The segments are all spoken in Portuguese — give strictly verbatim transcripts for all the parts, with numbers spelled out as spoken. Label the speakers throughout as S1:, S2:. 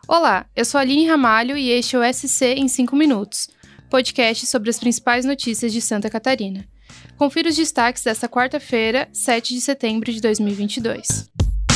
S1: Olá, eu sou a Aline Ramalho e este é o S C em cinco minutos, podcast sobre as principais notícias de Santa Catarina. Confira os destaques desta quarta-feira, sete de setembro de dois mil e vinte e dois.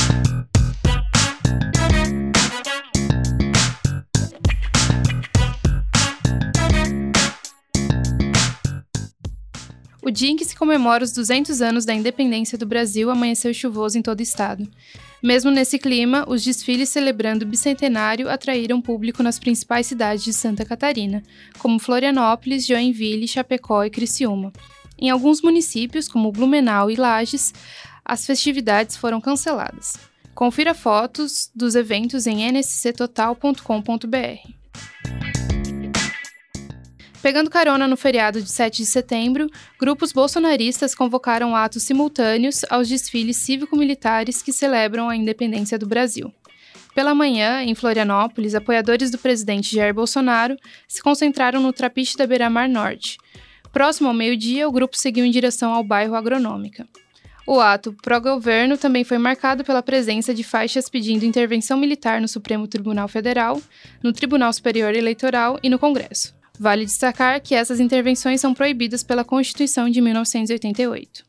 S1: O dia em que se comemora os duzentos anos da independência do Brasil amanheceu chuvoso em todo o estado. Mesmo nesse clima, os desfiles celebrando o bicentenário atraíram público nas principais cidades de Santa Catarina, como Florianópolis, Joinville, Chapecó e Criciúma. Em alguns municípios, como Blumenau e Lages, as festividades foram canceladas. Confira fotos dos eventos em n s c total ponto com ponto b r. Pegando carona no feriado de sete de setembro, grupos bolsonaristas convocaram atos simultâneos aos desfiles cívico-militares que celebram a independência do Brasil. Pela manhã, em Florianópolis, apoiadores do presidente Jair Bolsonaro se concentraram no Trapiche da Beira-Mar Norte. Próximo ao meio-dia, o grupo seguiu em direção ao bairro Agronômica. O ato pró-governo também foi marcado pela presença de faixas pedindo intervenção militar no Supremo Tribunal Federal, no Tribunal Superior Eleitoral e no Congresso. Vale destacar que essas intervenções são proibidas pela Constituição de mil novecentos e oitenta e oito.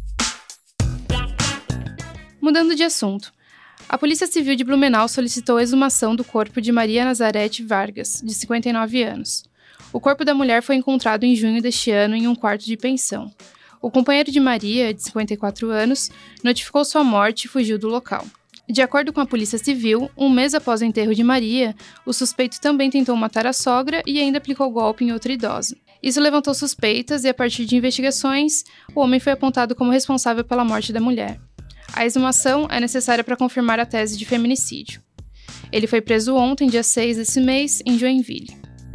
S1: Mudando de assunto, a Polícia Civil de Blumenau solicitou a exumação do corpo de Maria Nazarete Vargas, de cinquenta e nove anos. O corpo da mulher foi encontrado em junho deste ano em um quarto de pensão. O companheiro de Maria, de cinquenta e quatro anos, notificou sua morte e fugiu do local. De acordo com a Polícia Civil, um mês após o enterro de Maria, o suspeito também tentou matar a sogra e ainda aplicou golpe em outra idosa. Isso levantou suspeitas e, a partir de investigações, o homem foi apontado como responsável pela morte da mulher. A exumação é necessária para confirmar a tese de feminicídio. Ele foi preso ontem, dia seis desse mês, em Joinville.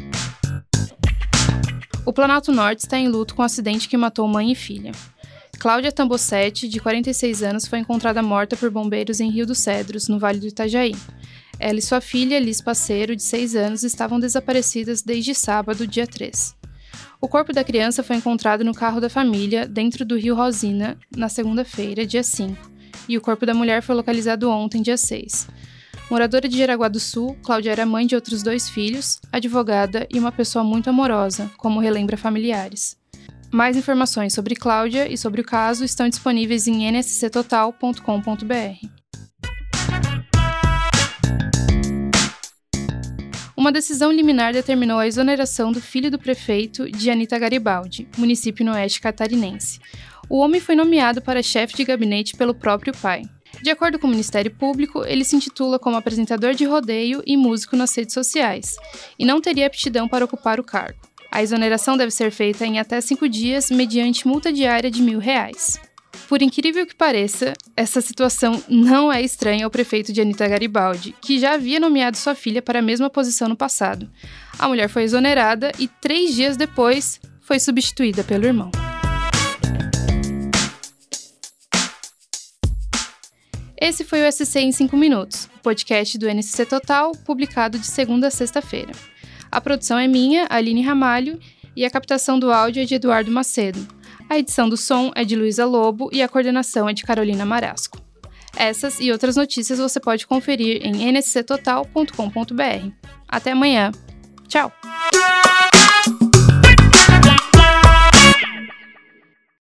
S1: O Planalto Norte está em luto com o acidente que matou mãe e filha. Cláudia Tambosetti, de quarenta e seis anos, foi encontrada morta por bombeiros em Rio dos Cedros, no Vale do Itajaí. Ela e sua filha, Liz Parceiro, de seis anos, estavam desaparecidas desde sábado, dia três. O corpo da criança foi encontrado no carro da família, dentro do Rio Rosina, na segunda-feira, dia cinco, e o corpo da mulher foi localizado ontem, dia seis. Moradora de Jaraguá do Sul, Cláudia era mãe de outros dois filhos, advogada e uma pessoa muito amorosa, como relembra familiares. Mais informações sobre Cláudia e sobre o caso estão disponíveis em n s c total ponto com ponto b r. Uma decisão liminar determinou a exoneração do filho do prefeito de Anita Garibaldi, município no oeste catarinense. O homem foi nomeado para chefe de gabinete pelo próprio pai. De acordo com o Ministério Público, ele se intitula como apresentador de rodeio e músico nas redes sociais, e não teria aptidão para ocupar o cargo. A exoneração deve ser feita em até cinco dias, mediante multa diária de mil reais. Por incrível que pareça, essa situação não é estranha ao prefeito de Anita Garibaldi, que já havia nomeado sua filha para a mesma posição no passado. A mulher foi exonerada e, três dias depois, foi substituída pelo irmão. Esse foi o S C em cinco minutos, o podcast do N S C Total, publicado de segunda a sexta-feira. A produção é minha, Aline Ramalho, e a captação do áudio é de Eduardo Macedo. A edição do som é de Luísa Lobo e a coordenação é de Carolina Marasco. Essas e outras notícias você pode conferir em n s c total ponto com ponto b r. Até amanhã. Tchau!